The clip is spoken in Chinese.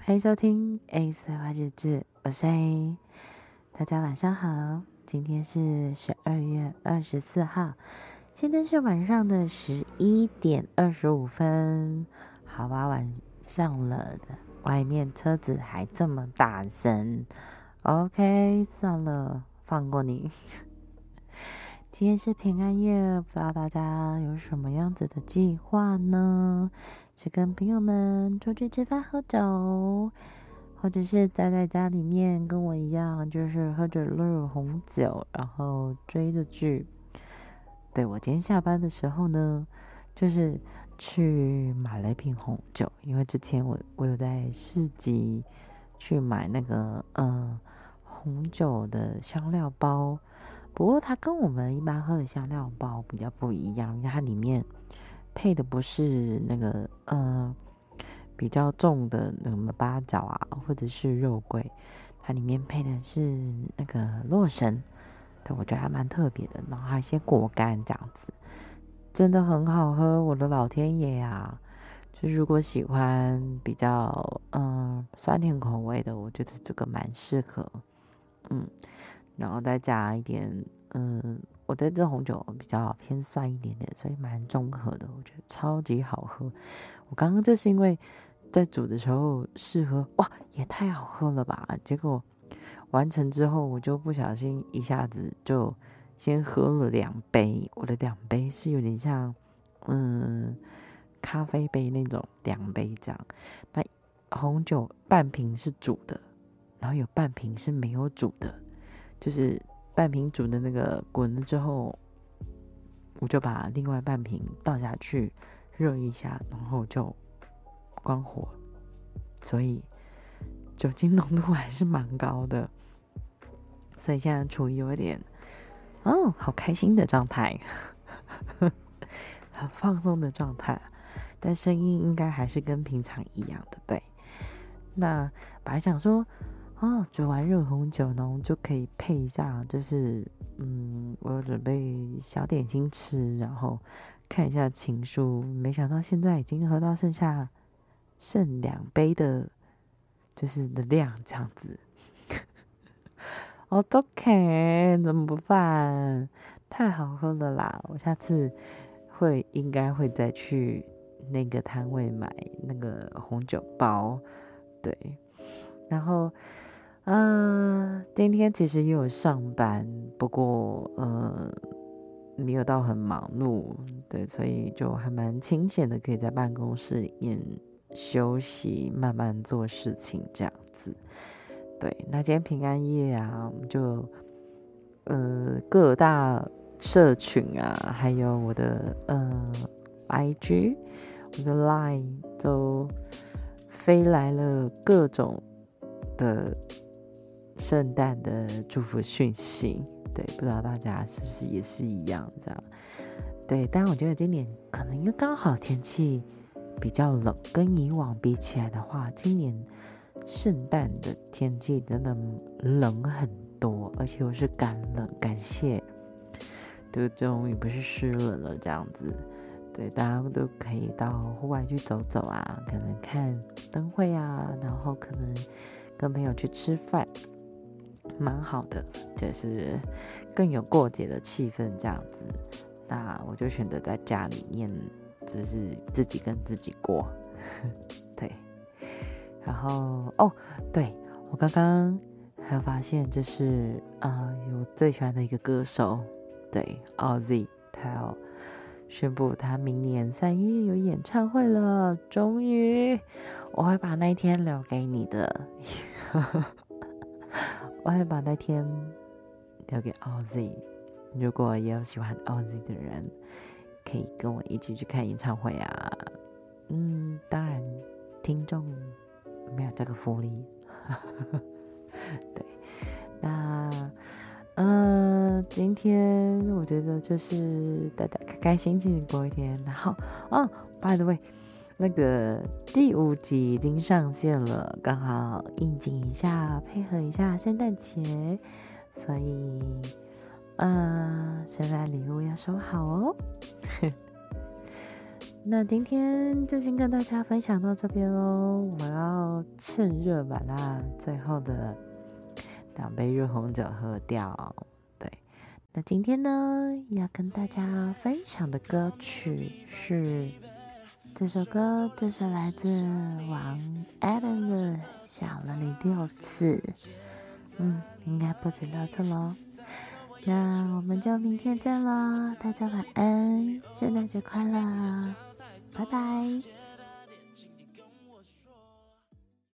欢迎收听 A 色花日志，我是 A， 大家晚上好，今天是12月24号，现在是晚上的11点25分，好吧，晚上了的，外面车子还这么大声 ，OK， 算了，放过你。今天是平安夜，不知道大家有什么样子的计划呢？是跟朋友们出去吃饭喝酒，或者是宅在家里面跟我一样，就是喝着热红酒，然后追着剧。对，我今天下班的时候呢，就是去买了一瓶红酒，因为之前我有在市集去买那个红酒的香料包。不过它跟我们一般喝的香料包比较不一样，因为它里面配的不是那个比较重的那个八角啊，或者是肉桂，它里面配的是那个洛神，对，我觉得还蛮特别的。然后还有一些果干这样子，真的很好喝，我的老天爷啊！就如果喜欢比较酸甜口味的，我觉得这个蛮适合，然后再加一点，我的这红酒比较偏酸一点点，所以蛮中和的，我觉得超级好喝。我刚刚就是因为在煮的时候试喝，哇，也太好喝了吧！结果完成之后，我就不小心一下子就先喝了2杯，我的2杯是有点像，咖啡杯那种2杯这样。那红酒半瓶是煮的，然后有半瓶是没有煮的。就是半瓶煮的那个滚了之后，我就把另外半瓶倒下去热一下，然后就关火，所以酒精浓度还是蛮高的，所以现在处于有一点好开心的状态，很放松的状态，但声音应该还是跟平常一样的，对。那本来想说煮完热红酒呢，就可以配一下，就是我有准备小点心吃，然后看一下情书。没想到现在已经喝到剩2杯的，就是的量这样子。OK， 怎么办？太好喝了啦！我下次应该会再去那个摊位买那个红酒包，对，然后。今天其实也有上班，不过没有到很忙碌，对，所以就还蛮清闲的，可以在办公室里面休息，慢慢做事情这样子。对，那今天平安夜啊，我们就各大社群啊，还有我的IG，我的 Line 都飞来了各种的圣诞的祝福讯息，对，不知道大家是不是也是一样这样？对，但我觉得今年可能因为刚好天气比较冷，跟以往比起来的话，今年圣诞的天气真的冷很多，而且又是干冷，感谢，就终于不是湿冷了这样子。对，大家都可以到户外去走走啊，可能看灯会啊，然后可能跟朋友去吃饭，蛮好的，就是更有过节的气氛这样子。那我就选择在家里面，就是自己跟自己过。对，然后对，我刚刚还有发现，就是有最喜欢的一个歌手，对 Ozzy， 他要宣布他明年3月有演唱会了，终于，我会把那一天留给你的。我会把那天留给 Ozzy， 如果也有喜欢 Ozzy 的人，可以跟我一起去看演唱会啊。当然，听众没有这个福利。对，那今天我觉得就是大家开开心心过一天，然后by the way，那个第5集已经上线了，刚好应景一下，配合一下圣诞节，所以圣诞礼物要收好哦。 那今天就先跟大家分享到这边喽。我要趁热把它最后的2杯热红酒喝掉。对，那今天呢要跟大家分享的歌曲是这首歌，就是来自王 Adam 的《想了你6次》。应该不止6次咯。那我们就明天见了，大家晚安，圣诞节快乐，拜拜。